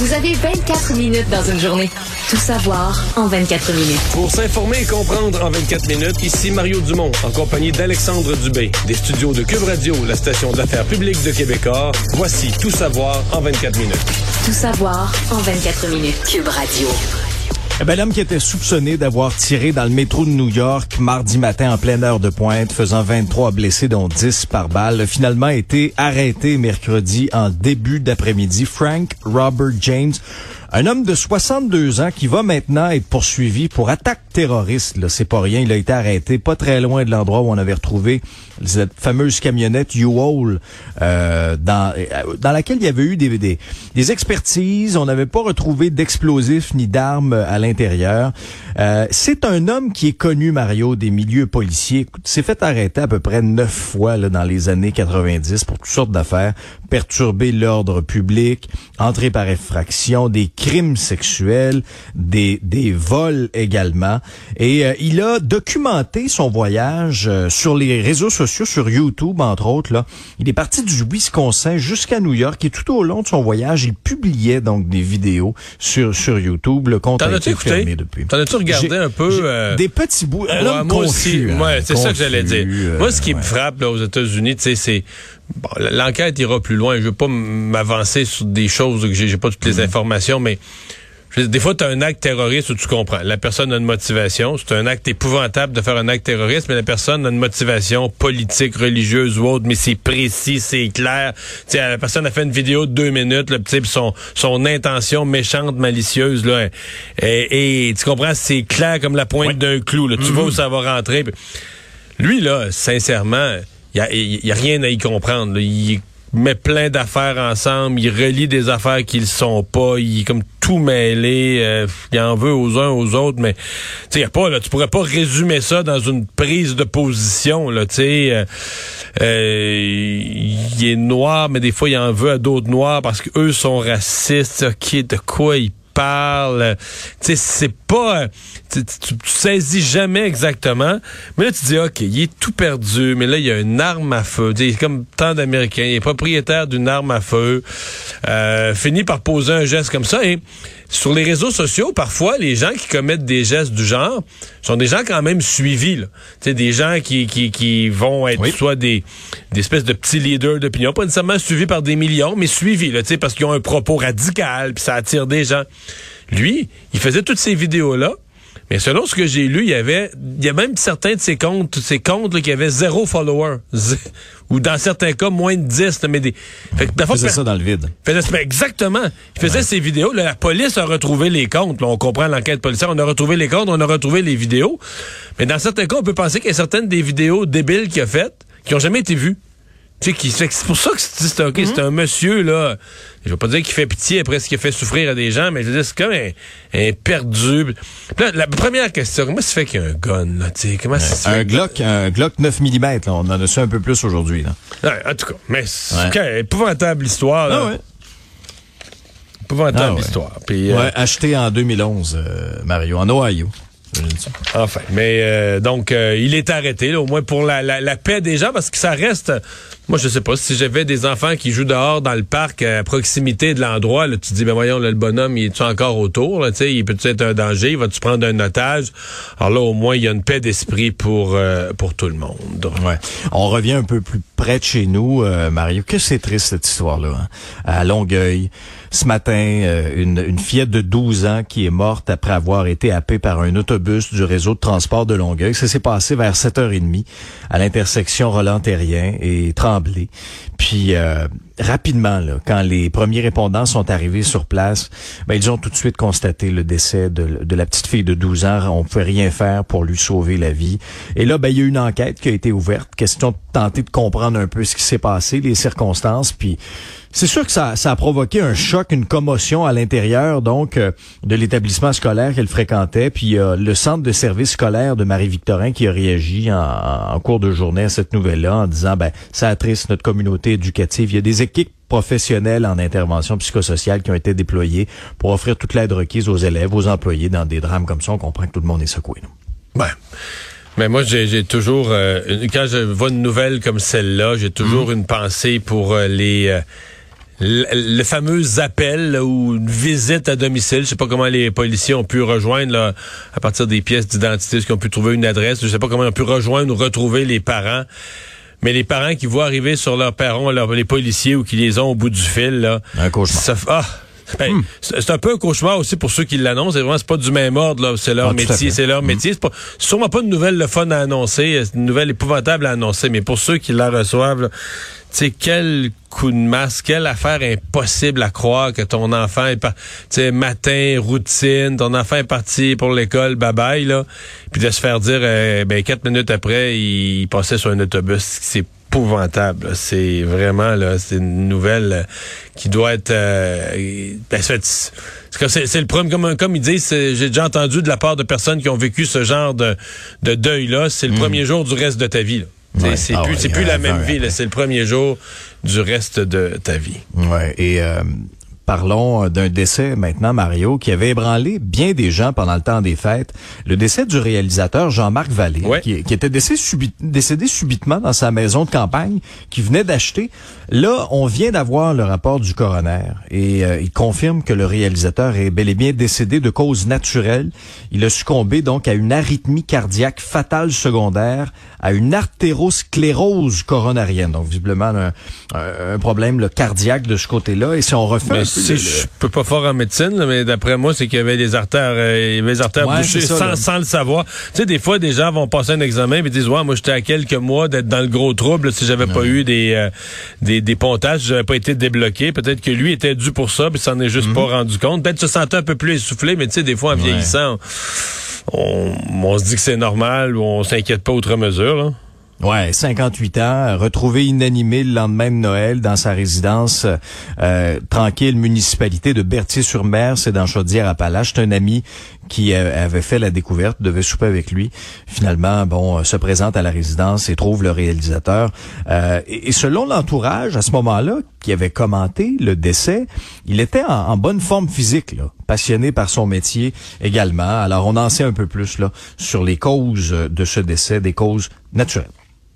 Vous avez 24 minutes dans une journée. Tout savoir en 24 minutes. Pour s'informer et comprendre en 24 minutes, ici Mario Dumont, en compagnie d'Alexandre Dubé, des studios de Cube Radio, la station d'affaires publique de Québécois. Voici Tout savoir en 24 minutes. Tout savoir en 24 minutes. Cube Radio. L'homme qui était soupçonné d'avoir tiré dans le métro de New York mardi matin en pleine heure de pointe, faisant 23 blessés, dont 10 par balle, a finalement été arrêté mercredi en début d'après-midi. Frank Robert James, un homme de 62 ans qui va maintenant être poursuivi pour attaque terroriste. Là, c'est pas rien. Il a été arrêté pas très loin de l'endroit où on avait retrouvé cette fameuse camionnette U-Haul dans laquelle il y avait eu des expertises. On n'avait pas retrouvé d'explosifs ni d'armes à l'intérieur. C'est un homme qui est connu, Mario, des milieux policiers. Écoute, s'est fait arrêter à peu près 9 fois là, dans les années 90 pour toutes sortes d'affaires. Perturber l'ordre public, entrer par effraction, des crimes sexuels, des vols également. Et il a documenté son voyage sur les réseaux sociaux, sur YouTube, entre autres. Là. Il est parti du Wisconsin jusqu'à New York et tout au long de son voyage, il publiait donc des vidéos sur YouTube. Le compte a été fermé depuis. T'en as-tu regardé un peu? Des petits bouts. Moi aussi. Ouais, c'est ça que j'allais dire. Moi, ce qui me frappe là, aux États-Unis, tu sais, c'est... Bon, l'enquête ira plus loin. Je veux pas m'avancer sur des choses que j'ai pas toutes les informations, mais des fois, tu as un acte terroriste où tu comprends. La personne a une motivation. C'est un acte épouvantable de faire un acte terroriste, mais la personne a une motivation politique, religieuse ou autre, mais c'est précis, c'est clair. T'sais, la personne a fait une vidéo de 2 minutes, là, pis son intention méchante, malicieuse, là, et tu comprends, c'est clair comme la pointe d'un clou. Là. Tu vois où ça va rentrer. Lui, là, sincèrement, il y a rien à y comprendre. Là. Il met plein d'affaires ensemble, il relie des affaires qui le sont pas, il est comme tout mêlé, il en veut aux uns aux autres, mais tu sais, tu pourrais pas résumer ça dans une prise de position, là, tu sais, il est noir, mais des fois il en veut à d'autres noirs parce qu'eux sont racistes, ok, de quoi il parle, tu sais, c'est pas, tu saisis jamais exactement, mais là tu dis ok, il est tout perdu, mais là il y a une arme à feu, tu sais, comme tant d'Américains, il est propriétaire d'une arme à feu, finit par poser un geste comme ça, et sur les réseaux sociaux, parfois, les gens qui commettent des gestes du genre sont des gens quand même suivis, là. Tu sais, des gens qui vont être soit des espèces de petits leaders d'opinion, pas nécessairement suivis par des millions, mais suivis, là, tu sais, parce qu'ils ont un propos radical, puis ça attire des gens. Lui, il faisait toutes ces vidéos-là, mais selon ce que j'ai lu, il y a même certains de ces comptes là, qui avaient 0 follower. Ou dans certains cas, moins de 10. Mais il faisait ça dans le vide. Exactement. Il faisait ces vidéos. Là, la police a retrouvé les comptes. Là, on comprend l'enquête policière. On a retrouvé les comptes, on a retrouvé les vidéos. Mais dans certains cas, on peut penser qu'il y a certaines des vidéos débiles qu'il a faites qui n'ont jamais été vues. Tu sais, c'est pour ça que c'est un monsieur, là, je vais pas dire qu'il fait pitié après ce qu'il a fait souffrir à des gens, mais je veux dire, c'est comme un perdu. Puis là, la première question, comment ça fait qu'il y a un gun, là, tu sais, comment ça se fait? Un Glock 9 mm, là, on en a su un peu plus aujourd'hui, là. Ouais, en tout cas, mais c'est épouvantable histoire, là. Ah ouais. Épouvantable histoire. Puis, acheté en 2011, Mario, en Ohio. Enfin, mais donc il est arrêté, là, au moins pour la paix des gens, parce que ça reste. Moi, je sais pas, si j'avais des enfants qui jouent dehors dans le parc à proximité de l'endroit, là, tu te dis, ben voyons, là, le bonhomme, il est-tu encore autour, là, tu sais, il peut-être être un danger, il va-tu prendre un otage? Alors là, au moins, il y a une paix d'esprit pour tout le monde. Ouais. On revient un peu plus près de chez nous, Mario. Que c'est triste, cette histoire-là, hein? À Longueuil. Ce matin, une fillette de 12 ans qui est morte après avoir été happée par un autobus du réseau de transport de Longueuil. Ça s'est passé vers 7h30 à l'intersection Roland-Terrien et Tremblay. Puis rapidement, là, quand les premiers répondants sont arrivés sur place, ben, ils ont tout de suite constaté le décès de la petite fille de 12 ans. On ne pouvait rien faire pour lui sauver la vie. Et là, ben, il y a eu une enquête qui a été ouverte. Question de tenter de comprendre un peu ce qui s'est passé, les circonstances. Puis c'est sûr que ça a provoqué un choc, une commotion à l'intérieur donc de l'établissement scolaire qu'elle fréquentait. Puis le centre de service scolaire de Marie-Victorin qui a réagi en cours de journée à cette nouvelle-là en disant ben ça attriste notre communauté éducative. Il y a des équipes professionnels en intervention psychosociale qui ont été déployés pour offrir toute l'aide requise aux élèves, aux employés dans des drames comme ça. On comprend que tout le monde est secoué. Ouais. Mais moi, j'ai toujours, quand je vois une nouvelle comme celle-là, j'ai toujours une pensée pour les le fameux appel là, ou une visite à domicile. Je sais pas comment les policiers ont pu rejoindre là, à partir des pièces d'identité, est-ce qu'ils ont pu trouver une adresse. Je sais pas comment ils ont pu rejoindre ou retrouver les parents. Mais les parents qui voient arriver sur leur perron les policiers ou qui les ont au bout du fil, là, un cauchemar. C'est un peu un cauchemar aussi pour ceux qui l'annoncent. C'est pas du même ordre, là. C'est leur métier. C'est leur métier. C'est sûrement pas une nouvelle le fun à annoncer. C'est une nouvelle épouvantable à annoncer. Mais pour ceux qui la reçoivent, tu sais, quel coup de masse, quelle affaire impossible à croire que ton enfant est matin, routine, ton enfant est parti pour l'école, bye-bye, là. Puis de se faire dire, 4 minutes après, il passait sur un autobus. C'est épouvantable. Là. C'est vraiment, là, c'est une nouvelle qui doit être... c'est le problème, comme ils disent, j'ai déjà entendu de la part de personnes qui ont vécu ce genre de deuil-là, c'est le premier jour du reste de ta vie, là. Ouais. C'est plus la même vie, là. C'est le premier jour du reste de ta vie. Ouais. Et parlons d'un décès maintenant, Mario, qui avait ébranlé bien des gens pendant le temps des fêtes. Le décès du réalisateur Jean-Marc Vallée, qui était décédé subitement dans sa maison de campagne qu'il venait d'acheter. Là, on vient d'avoir le rapport du coroner et il confirme que le réalisateur est bel et bien décédé de cause naturelle. Il a succombé donc à une arythmie cardiaque fatale secondaire, à une artérosclérose coronarienne. Donc, visiblement, un problème là, cardiaque de ce côté-là. Et si on refait... Je peux pas fort en médecine, là, mais d'après moi, c'est qu'il y avait des artères, bouchées sans le savoir. Tu sais, des fois, des gens vont passer un examen et disent, ouais, moi, j'étais à quelques mois d'être dans le gros trouble si j'avais pas eu des pontages, si j'avais pas été débloqué. Peut-être que lui était dû pour ça, puis s'en est juste pas rendu compte. Peut-être se sentait un peu plus essoufflé, mais tu sais, des fois, en vieillissant, on se dit que c'est normal ou on s'inquiète pas outre mesure, là. Ouais, 58 ans, retrouvé inanimé le lendemain de Noël dans sa résidence tranquille municipalité de Berthier-sur-Mer, c'est dans Chaudière-Appalaches. C'est un ami qui avait fait la découverte, devait souper avec lui. Finalement, se présente à la résidence et trouve le réalisateur. Et selon l'entourage, à ce moment-là, qui avait commenté le décès, il était en bonne forme physique, là, passionné par son métier également. Alors, on en sait un peu plus là sur les causes de ce décès, des causes naturelles.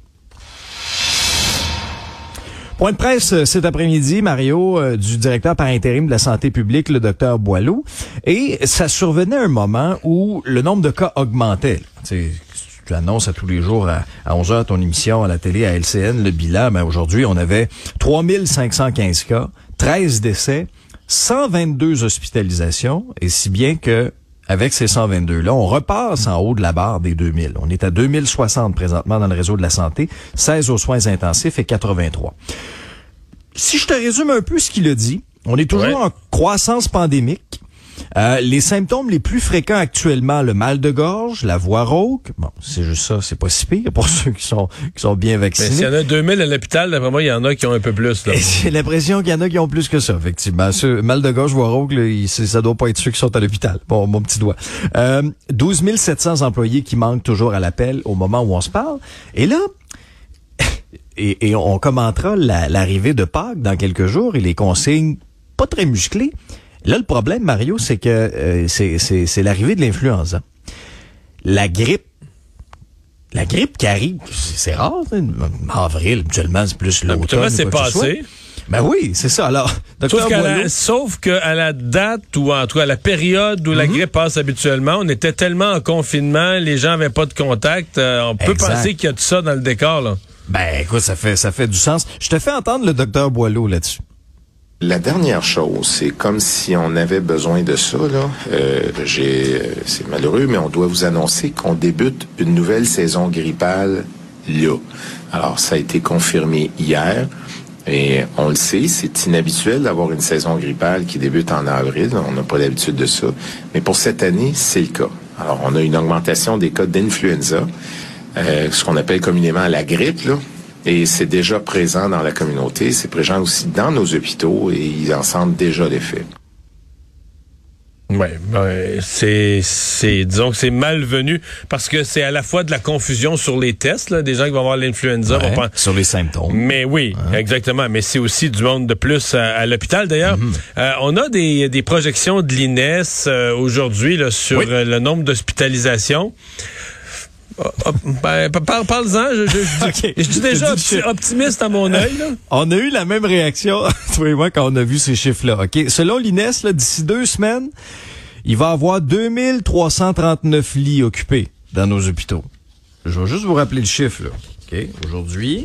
Point de presse cet après-midi, Mario, du directeur par intérim de la santé publique, le docteur Boileau. Et ça survenait à un moment où le nombre de cas augmentait. Tu annonces à tous les jours à 11h ton émission à la télé, à LCN, le bilan. Mais aujourd'hui, on avait 3515 cas, 13 décès, 122 hospitalisations, et si bien que avec ces 122-là, on repasse en haut de la barre des 2000. On est à 2060 présentement dans le réseau de la santé, 16 aux soins intensifs et 83. Si je te résume un peu ce qu'il a dit, on est toujours en croissance pandémique. Les symptômes les plus fréquents actuellement, le mal de gorge, la voix rauque. Bon, c'est juste ça, c'est pas si pire pour ceux qui sont bien vaccinés. Mais s'il y en a 2000 à l'hôpital, d'après moi, il y en a qui ont un peu plus, là. J'ai l'impression qu'il y en a qui ont plus que ça, effectivement. Mal de gorge, voix rauque, là, ça doit pas être ceux qui sont à l'hôpital. Bon, mon petit doigt. 12 700 employés qui manquent toujours à l'appel au moment où on se parle. Et là, et on commentera l'arrivée de Pâques dans quelques jours et les consignes pas très musclées. Là, le problème, Mario, c'est que c'est l'arrivée de l'influenza. La grippe qui arrive, c'est rare, hein? En avril, habituellement, c'est plus l'automne. Habituellement, c'est passé. Ben oui, c'est ça. Alors, sauf qu'à la date, ou en tout cas à la période où la grippe passe habituellement, on était tellement en confinement, les gens n'avaient pas de contact. On peut penser qu'il y a tout ça dans le décor, là. Ben, écoute, ça fait du sens. Je te fais entendre le docteur Boileau là-dessus. La dernière chose, c'est comme si on avait besoin de ça, là. C'est malheureux, mais on doit vous annoncer qu'on débute une nouvelle saison grippale là. Alors, ça a été confirmé hier. Et on le sait, c'est inhabituel d'avoir une saison grippale qui débute en avril. On n'a pas l'habitude de ça. Mais pour cette année, c'est le cas. Alors, on a une augmentation des cas d'influenza, ce qu'on appelle communément la grippe, là. Et c'est déjà présent dans la communauté, c'est présent aussi dans nos hôpitaux et ils en sentent déjà l'effet. Oui, disons que c'est malvenu parce que c'est à la fois de la confusion sur les tests, là, des gens qui vont avoir l'influenza. Sur les symptômes. Mais oui, exactement. Mais c'est aussi du monde de plus à l'hôpital. D'ailleurs, on a des projections de l'INES aujourd'hui là, sur le nombre d'hospitalisations. Parle-en. Je dis déjà optimiste à mon œil. On a eu la même réaction, toi et moi, quand on a vu ces chiffres-là. OK. Selon l'INES, là, d'ici 2 semaines, il va y avoir 2339 lits occupés dans nos hôpitaux. Je vais juste vous rappeler le chiffre, là. OK. Aujourd'hui,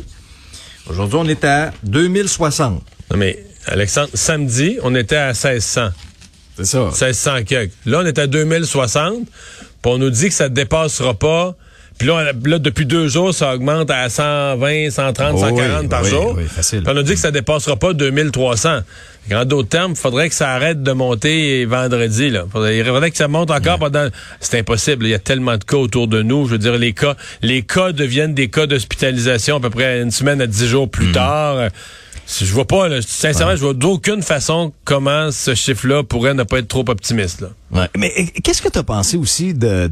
on est à 2060. Non, mais, Alexandre, samedi, on était à 1600. C'est ça. 1600 quelques. Là, on est à 2060. Puis on nous dit que ça ne dépassera pas. Puis là, depuis 2 jours, ça augmente à 120, 130, 140 par jour. Oui, facile. Puis on nous dit que ça ne dépassera pas 2300. En d'autres termes, il faudrait que ça arrête de monter vendredi. Il faudrait que ça monte encore pendant... C'est impossible. Il y a tellement de cas autour de nous. Je veux dire, les cas deviennent des cas d'hospitalisation à peu près 1 semaine à 10 jours plus tard. Je vois pas, là, sincèrement, je vois d'aucune façon comment ce chiffre-là pourrait ne pas être trop optimiste, là. Ouais. Mais qu'est-ce que tu as pensé aussi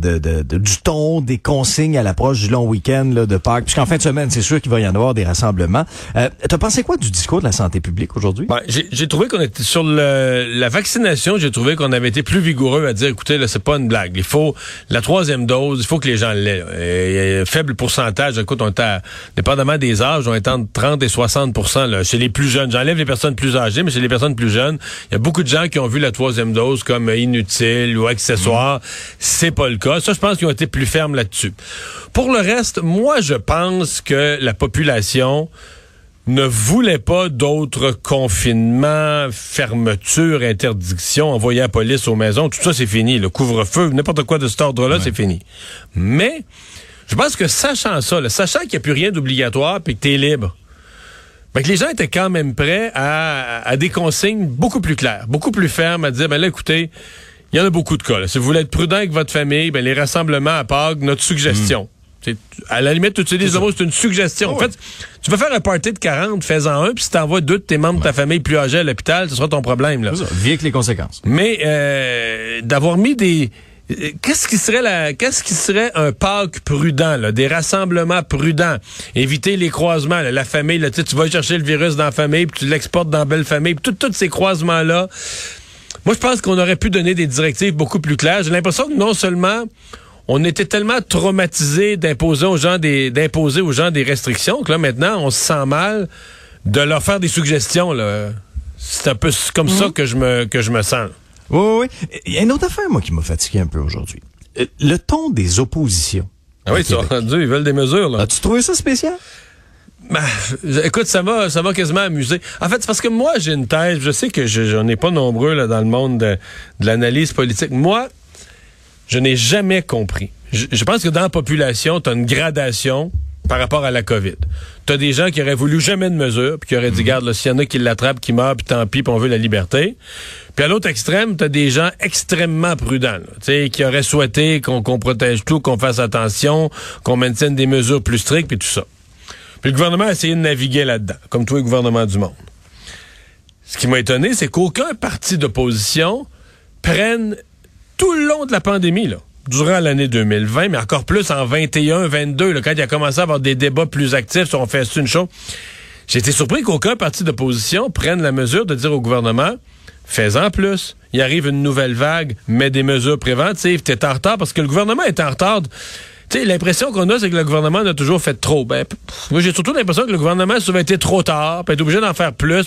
du ton, des consignes à l'approche du long week-end là, de Pâques? Puisqu'en fin de semaine, c'est sûr qu'il va y en avoir des rassemblements. T'as pensé quoi du discours de la santé publique aujourd'hui? Ben, j'ai trouvé qu'on était sur la vaccination, j'ai trouvé qu'on avait été plus vigoureux à dire, écoutez, là, c'est pas une blague. Il faut la 3e dose, il faut que les gens l'aient. Faible pourcentage, écoute, on était dépendamment des âges, on est entre 30 et 60% là, chez les plus jeunes. J'enlève les personnes plus âgées, mais chez les personnes plus jeunes, il y a beaucoup de gens qui ont vu la 3e dose comme inutile ou accessoire. C'est pas le cas. Ça, je pense qu'ils ont été plus fermes là-dessus. Pour le reste, moi, je pense que la population ne voulait pas d'autres confinements, fermetures, interdictions, envoyer la police aux maisons. Tout ça, c'est fini. Le couvre-feu, n'importe quoi de cet ordre-là, c'est fini. Mais, je pense que sachant ça, sachant qu'il n'y a plus rien d'obligatoire puis que t'es libre, ben que les gens étaient quand même prêts à des consignes beaucoup plus claires, beaucoup plus fermes, à dire, ben là, écoutez, il y en a beaucoup de cas. Là. Si vous voulez être prudent avec votre famille, ben les rassemblements à Pâques, notre suggestion. À la limite, tu utilises le mot, c'est une suggestion. En fait, tu vas faire un party de 40, fais-en un, puis si t'envoies 2 de tes membres de ta famille plus âgés à l'hôpital, ce sera ton problème. Là. Vis avec les conséquences. Mais d'avoir mis des... Qu'est-ce qui serait un Pâques prudent, là, des rassemblements prudents, éviter les croisements, là, la famille, là, tu vas chercher le virus dans la famille, puis tu l'exportes dans la belle famille, puis tous ces croisements-là. Moi, je pense qu'on aurait pu donner des directives beaucoup plus claires. J'ai l'impression que non seulement on était tellement traumatisés d'imposer aux gens des restrictions que là, maintenant, on se sent mal de leur faire des suggestions, là. C'est un peu comme ça que je me sens. Oui. Il y a une autre affaire, moi, qui m'a fatigué un peu aujourd'hui. Le ton des oppositions. Ah oui, ils sont rendus, ils veulent des mesures, là. As-tu trouvé ça spécial? Ben, écoute, ça m'a quasiment amusé. En fait, c'est parce que moi, j'ai une thèse. Je sais que j'en ai pas nombreux là, dans le monde de l'analyse politique. Moi, je n'ai jamais compris. Je pense que dans la population, tu as une gradation par rapport à la COVID. Tu as des gens qui auraient voulu jamais de mesures, puis qui auraient dit, garde, s'il y en a qui l'attrapent, qui meurent, puis tant pis, puis on veut la liberté. Puis à l'autre extrême, tu as des gens extrêmement prudents, qui auraient souhaité qu'on protège tout, qu'on fasse attention, qu'on maintienne des mesures plus strictes, puis tout ça. Puis le gouvernement a essayé de naviguer là-dedans, comme tous les gouvernements du monde. Ce qui m'a étonné, c'est qu'aucun parti d'opposition prenne tout le long de la pandémie, là, durant l'année 2020, mais encore plus en 21, 22, là, quand il a commencé à avoir des débats plus actifs sur on fait une chose. J'ai été surpris qu'aucun parti d'opposition prenne la mesure de dire au gouvernement, fais-en plus. Il arrive une nouvelle vague, mets des mesures préventives. T'es en retard parce que le gouvernement est en retard. Tu sais, l'impression qu'on a, c'est que le gouvernement a toujours fait trop. Ben, moi, j'ai surtout l'impression que le gouvernement a souvent été trop tard, puis est obligé d'en faire plus.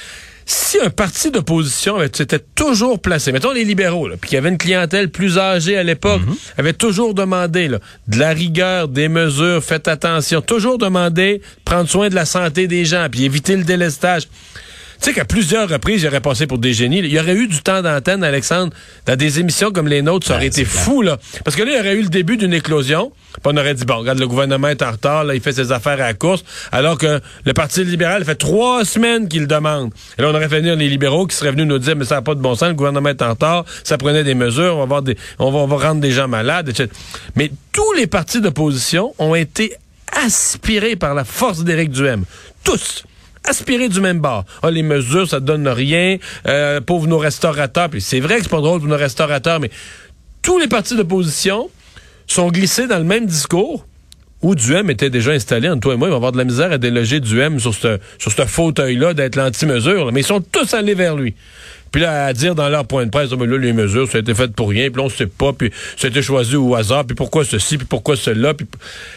Si un parti d'opposition s'était toujours placé, mettons les libéraux, puis qu'il y avait une clientèle plus âgée à l'époque, avait toujours demandé là, de la rigueur, des mesures, faites attention, toujours demandé de prendre soin de la santé des gens, puis éviter le délestage. Tu sais qu'à plusieurs reprises, il aurait passé pour des génies. Il y aurait eu du temps d'antenne, Alexandre, dans des émissions comme les nôtres, ça aurait été fou, là. Parce que là, il y aurait eu le début d'une éclosion, puis on aurait dit, bon, regarde, le gouvernement est en retard, là, il fait ses affaires à la course, alors que le Parti libéral fait 3 semaines qu'il le demande. Et là, on aurait fait venir les libéraux qui seraient venus nous dire, mais ça n'a pas de bon sens, le gouvernement est en retard, ça prenait des mesures, on va rendre des gens malades, etc. Mais tous les partis d'opposition ont été aspirés par la force d'Éric Duhaime. Tous. Aspirer du même bord. Ah, les mesures, ça donne rien. Pauvres nos restaurateurs. Puis c'est vrai que c'est pas drôle pour nos restaurateurs, mais tous les partis d'opposition sont glissés dans le même discours où Duhaime était déjà installé. Entre toi et moi, il va avoir de la misère à déloger Duhaime sur ce fauteuil-là d'être l'anti-mesure. Mais ils sont tous allés vers lui. Puis là, à dire dans leur point de presse, mais là, les mesures, ça a été fait pour rien, puis là, on sait pas, puis ça a été choisi au hasard, puis pourquoi ceci, puis pourquoi cela, puis...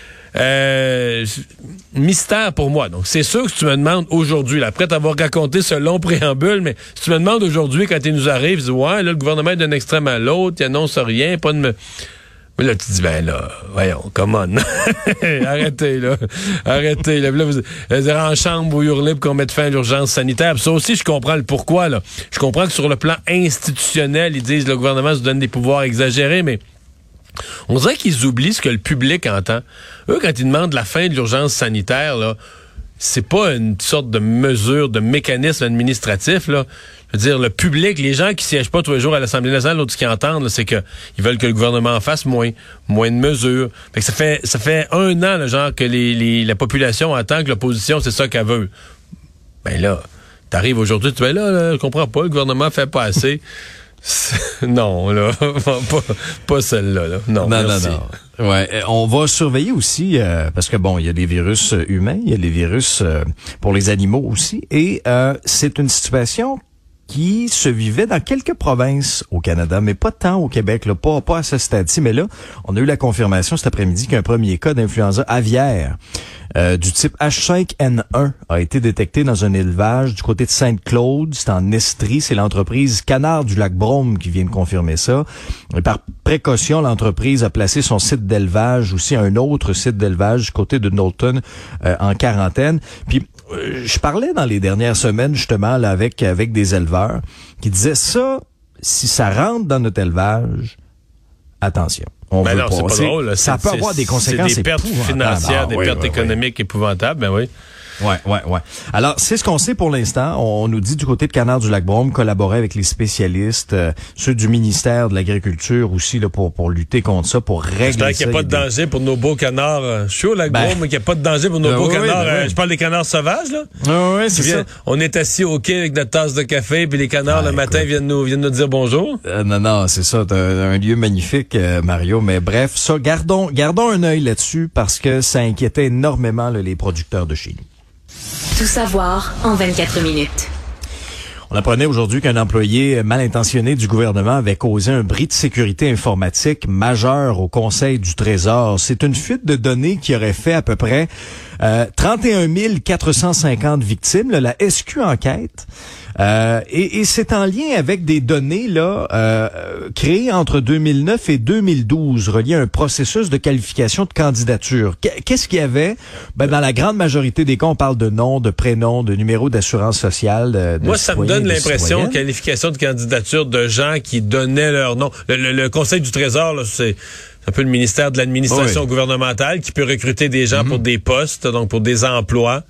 mystère pour moi. Donc, c'est sûr que si tu me demandes aujourd'hui, là, après t'avoir raconté ce long préambule, mais si tu me demandes aujourd'hui, quand il nous arrive, tu dis, ouais, là, le gouvernement est d'un extrême à l'autre, il annonce rien, pas de... Mais là, tu dis, ben là, voyons, come on. Arrêtez, là. Là, vous êtes en chambre, vous hurlez pour qu'on mette fin à l'urgence sanitaire. Puis ça aussi, je comprends le pourquoi, là. Je comprends que sur le plan institutionnel, ils disent, le gouvernement se donne des pouvoirs exagérés, mais on dirait qu'ils oublient ce que le public entend. Eux, quand ils demandent la fin de l'urgence sanitaire, là, c'est pas une sorte de mesure, de mécanisme administratif, là. Je veux dire, le public, les gens qui siègent pas tous les jours à l'Assemblée nationale, l'autre qui entendent, là, c'est que ils veulent que le gouvernement en fasse moins de mesures. Fait que ça fait 1 an, là, genre, que la population attend que l'opposition, c'est ça qu'elle veut. Ben là, t'arrives aujourd'hui, tu dis, ben là, je comprends pas, le gouvernement fait pas assez. Non, là, pas celle-là. Là. Non, merci. Non. Ouais, on va surveiller aussi, parce que bon, il y a des virus humains, il y a des virus pour les animaux aussi, et c'est une situation qui se vivait dans quelques provinces au Canada, mais pas tant au Québec, là, pas à ce stade-ci. Mais là, on a eu la confirmation cet après-midi qu'un premier cas d'influenza aviaire du type H5N1 a été détecté dans un élevage du côté de Sainte-Claude. C'est en Estrie. C'est l'entreprise Canard du Lac-Brome qui vient de confirmer ça. Et par précaution, l'entreprise a placé son site d'élevage, aussi un autre site d'élevage du côté de Knowlton en quarantaine. Puis je parlais dans les dernières semaines justement là, avec des éleveurs qui disaient ça, si ça rentre dans notre élevage, attention. On veut non, pas. C'est pas drôle. Là. Ça peut avoir des conséquences. C'est des pertes financières, des pertes économiques épouvantables, ben oui. Ouais. Alors, c'est ce qu'on sait pour l'instant. On nous dit du côté de Canard du Lac-Brome, collaborer avec les spécialistes, ceux du ministère de l'Agriculture aussi, là, pour lutter contre ça, pour régler ça. J'espère qu'il n'y a pas de danger pour nos beaux canards. Je suis au Lac-Brome, mais qu'il n'y a pas de danger pour nos beaux canards. Je parle des canards sauvages, là. Oui, c'est ça. On est assis au quai avec notre tasse de café, puis les canards, le matin, viennent nous dire bonjour. Non, c'est ça. T'as un lieu magnifique, Mario. Mais bref, ça, gardons un œil là-dessus parce que ça inquiétait énormément là, les producteurs de chez nous. Tout savoir en 24 minutes. On apprenait aujourd'hui qu'un employé mal intentionné du gouvernement avait causé un bris de sécurité informatique majeur au Conseil du Trésor. C'est une fuite de données qui aurait fait à peu près 31 450 victimes. Là, la SQ enquête. Et c'est en lien avec des données là créées entre 2009 et 2012, reliées à un processus de qualification de candidature. Qu'est-ce qu'il y avait? Dans la grande majorité des cas, on parle de nom, de prénom, de numéro d'assurance sociale. Moi, ça me donne l'impression, qualification de candidature de gens qui donnaient leur nom. Le Conseil du Trésor, là, c'est un peu le ministère de l'administration gouvernementale qui peut recruter des gens pour des postes, donc pour des emplois.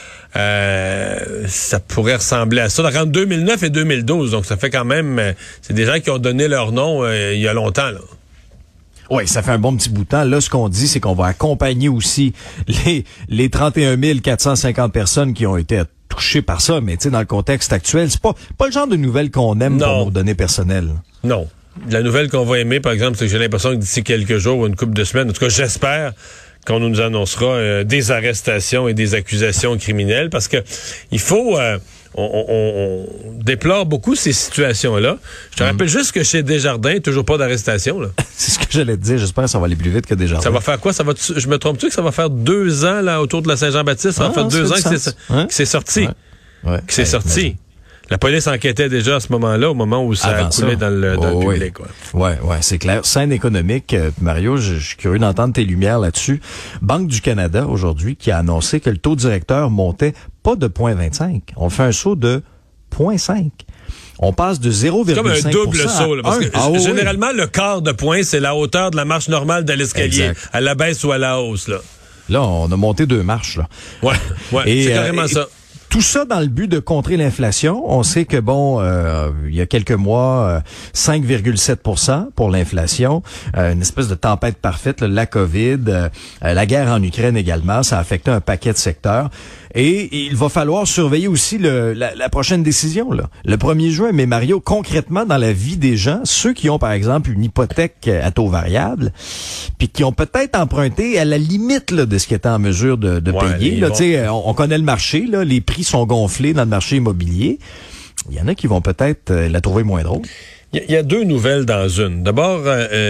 Ça pourrait ressembler à ça. Donc, entre 2009 et 2012, donc ça fait quand même... c'est des gens qui ont donné leur nom il y a longtemps, là. Oui, ça fait un bon petit bout de temps. Là, ce qu'on dit, c'est qu'on va accompagner aussi les 31 450 personnes qui ont été touchées par ça. Mais tu sais, dans le contexte actuel, c'est pas le genre de nouvelles qu'on aime pour nos données personnelles. Non. La nouvelle qu'on va aimer, par exemple, c'est que j'ai l'impression que d'ici quelques jours ou une couple de semaines, en tout cas, j'espère qu'on nous annoncera des arrestations et des accusations criminelles, parce que il faut... on déplore beaucoup ces situations-là. Je te rappelle juste que chez Desjardins, toujours pas d'arrestation, là. C'est ce que j'allais te dire. J'espère que ça va aller plus vite que Desjardins. Ça va faire quoi? Je me trompe-tu que ça va faire 2 ans, là, autour de la Saint-Jean-Baptiste? Ça va faire 2 ans que c'est sorti. Ouais. Que c'est sorti. La police enquêtait déjà à ce moment-là, au moment où ça a coulé dans le public. Ouais, c'est clair. Scène économique, Mario, je suis curieux d'entendre tes lumières là-dessus. Banque du Canada, aujourd'hui, qui a annoncé que le taux directeur montait pas de 0,25. On fait un saut de 0,5. On passe de 0,5%. C'est comme un double saut, là, parce que généralement, le quart de point, c'est la hauteur de la marche normale de l'escalier, à la baisse ou à la hausse, là. Là, on a monté 2 marches, là. Ouais, c'est carrément ça. Tout ça dans le but de contrer l'inflation. On sait que il y a quelques mois, 5,7% pour l'inflation, une espèce de tempête parfaite, là, la COVID, la guerre en Ukraine également, ça a affecté un paquet de secteurs. Et il va falloir surveiller aussi la prochaine décision, là. Le 1er juin, mais Mario, concrètement dans la vie des gens, ceux qui ont par exemple une hypothèque à taux variable, puis qui ont peut-être emprunté à la limite là, de ce qu'ils étaient en mesure de payer. Là, on connaît le marché, là, les prix sont gonflés dans le marché immobilier. Il y en a qui vont peut-être la trouver moins drôle. Il y a deux nouvelles dans une. D'abord,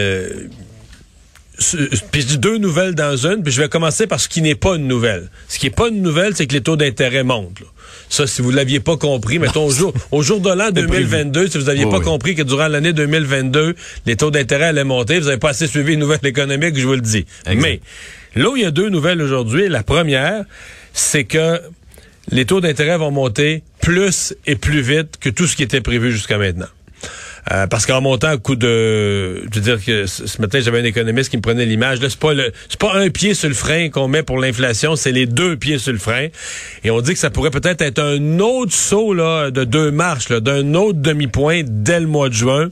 puis je dis deux nouvelles dans une, puis je vais commencer par ce qui n'est pas une nouvelle. Ce qui n'est pas une nouvelle, c'est que les taux d'intérêt montent. Là. Ça, si vous ne l'aviez pas compris, mettons au jour de l'an 2022, si vous n'aviez pas compris que durant l'année 2022, les taux d'intérêt allaient monter, vous n'avez pas assez suivi une nouvelle économique, je vous le dis. Exact. Mais là où il y a deux nouvelles aujourd'hui, la première, c'est que les taux d'intérêt vont monter plus et plus vite que tout ce qui était prévu jusqu'à maintenant. Parce qu'en montant à coup de... Je veux dire que ce matin, j'avais un économiste qui me prenait l'image. Là, c'est pas un pied sur le frein qu'on met pour l'inflation, c'est les deux pieds sur le frein. Et on dit que ça pourrait peut-être être un autre saut là, de 2 marches, là, d'un autre demi-point dès le mois de juin.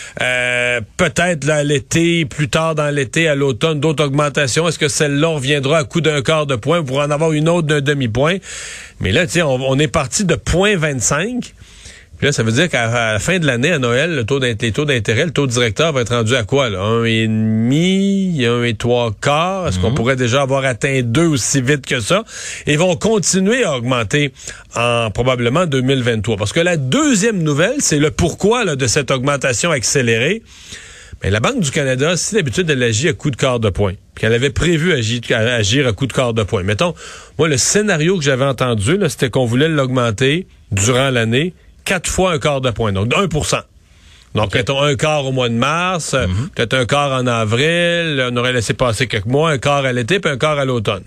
Peut-être là, à l'été, plus tard dans l'été, à l'automne, d'autres augmentations. Est-ce que celle-là reviendra à coup d'un quart de point pour en avoir une autre d'un demi-point? Mais là, tu sais, on est parti de 0,25. Puis là, ça veut dire qu'à la fin de l'année, à Noël, les taux d'intérêt, le taux directeur va être rendu à quoi, là? 1,5, 1,75. Est-ce qu'on pourrait déjà avoir atteint 2 aussi vite que ça? Et vont continuer à augmenter en probablement 2023. Parce que la deuxième nouvelle, c'est le pourquoi là, de cette augmentation accélérée. Mais la Banque du Canada, si d'habitude, elle agit à coup de quart de point, puis qu'elle avait prévu agir à coup de quart de point. Mettons, moi, le scénario que j'avais entendu, là, c'était qu'on voulait l'augmenter durant l'année 4 fois un quart de point, donc 1%. Donc, mettons un quart au mois de mars, peut-être un quart en avril, on aurait laissé passer quelques mois, un quart à l'été, puis un quart à l'automne.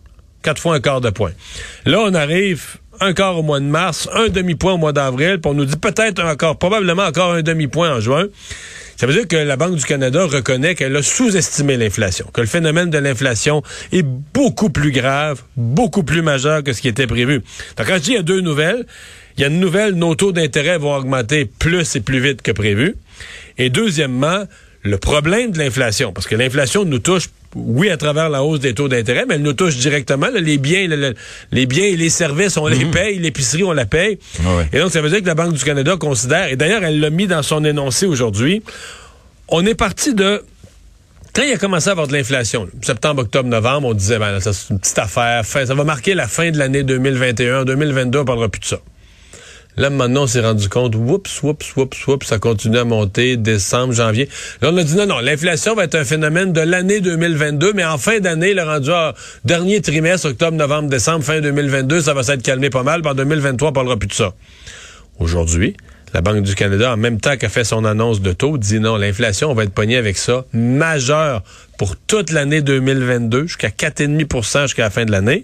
4 fois un quart de point. Là, on arrive un quart au mois de mars, un demi-point au mois d'avril, puis on nous dit peut-être probablement encore un demi-point en juin. Ça veut dire que la Banque du Canada reconnaît qu'elle a sous-estimé l'inflation, que le phénomène de l'inflation est beaucoup plus grave, beaucoup plus majeur que ce qui était prévu. Donc, quand je dis il y a deux nouvelles, il y a une nouvelle, nos taux d'intérêt vont augmenter plus et plus vite que prévu. Et deuxièmement, le problème de l'inflation, parce que l'inflation nous touche, oui, à travers la hausse des taux d'intérêt, mais elle nous touche directement. Là, les biens et les services, on les paye, l'épicerie, on la paye. Ouais. Et donc, ça veut dire que la Banque du Canada considère, et d'ailleurs, elle l'a mis dans son énoncé aujourd'hui, on est parti de... Quand il a commencé à avoir de l'inflation, septembre, octobre, novembre, on disait, ben, ça, c'est une petite affaire, ça va marquer la fin de l'année 2021, 2022, on parlera plus de ça. Là, maintenant, on s'est rendu compte, oups, ça continue à monter, décembre, janvier. Là, on a dit, non, l'inflation va être un phénomène de l'année 2022, mais en fin d'année, le rendu à dernier trimestre, octobre, novembre, décembre, fin 2022, ça va s'être calmé pas mal. Puis en 2023, on parlera plus de ça. Aujourd'hui, la Banque du Canada, en même temps qu'elle fait son annonce de taux, dit non, l'inflation, on va être pogné avec ça, majeur pour toute l'année 2022, jusqu'à 4,5% jusqu'à la fin de l'année.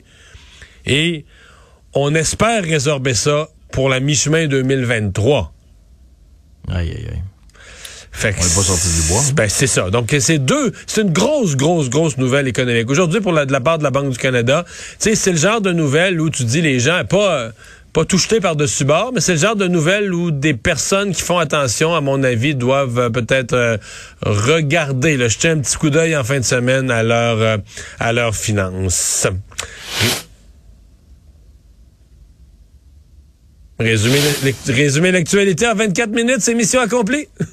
Et on espère résorber ça pour la mi-chemin 2023. Aïe. Fait que on n'est pas sorti du bois. Ben, c'est ça. Donc, c'est une grosse nouvelle économique. Aujourd'hui, de la part de la Banque du Canada, tu sais, c'est le genre de nouvelle où tu dis les gens, pas tout jeter par-dessus bord, mais c'est le genre de nouvelles où des personnes qui font attention, à mon avis, doivent peut-être regarder, là, jeter un petit coup d'œil en fin de semaine à leurs finances. Résumer l'actualité en 24 minutes, c'est mission accomplie.